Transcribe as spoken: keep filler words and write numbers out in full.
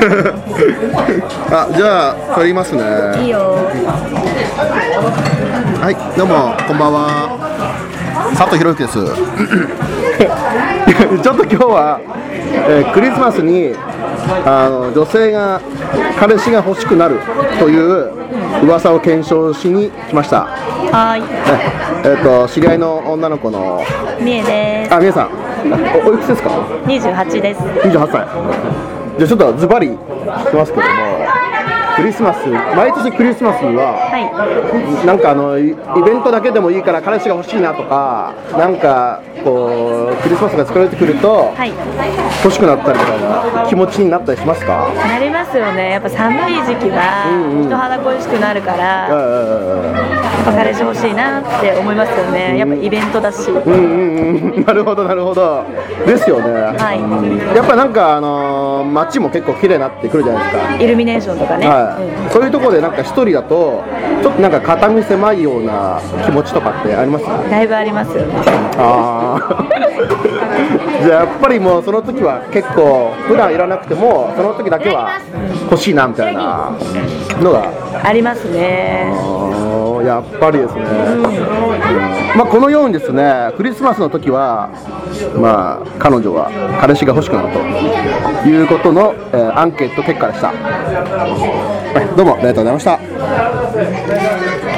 あ、じゃあ撮りますね。 いいよ。 はい、どうもこんばんは。佐藤博之です。ちょっと今日は、えー、クリスマスにあの女性が彼氏が欲しくなるという噂を検証しに来ました。 はい。 えっ、ー、と知り合いの女の子のみえです。 あ、みえさん。お、おいくつですか？ にじゅうはちです。 にじゅうはっさい。じゃあちょっとズバリ聞きますけども、クリスマス、毎年クリスマスには、 はい、 なんかあのイベントだけでもいいから彼氏が欲しいなとか、なんかこうクリスマスが近寄ってくると、はい、欲しくなったりみたいな気持ちになったりしますか？ なりますよね。やっぱ寒い時期は人肌恋しくなるから、うんうん、やっぱ彼氏欲しいなって思いますよね。やっぱイベントだし。うんうんうん、なるほどなるほど。ですよね。はい。やっぱなんかあのー、街も結構綺麗になってくるじゃないですか。 イルミネーションとかね。はい、 うん、そういうところでなんか一人だとちょっとなんか肩身狭いような気持ちとかってあります？ だいぶありますよね。 ああ。じゃあやっぱりもうその時は結構普段いらなくてもその時だけは欲しいなみたいなのがありますね。 やっぱりですね、うん、まあこのようにですね、クリスマスの時はまあ彼女は彼氏が欲しくなるということの、えー、アンケート結果でした。はい、どうもありがとうございました。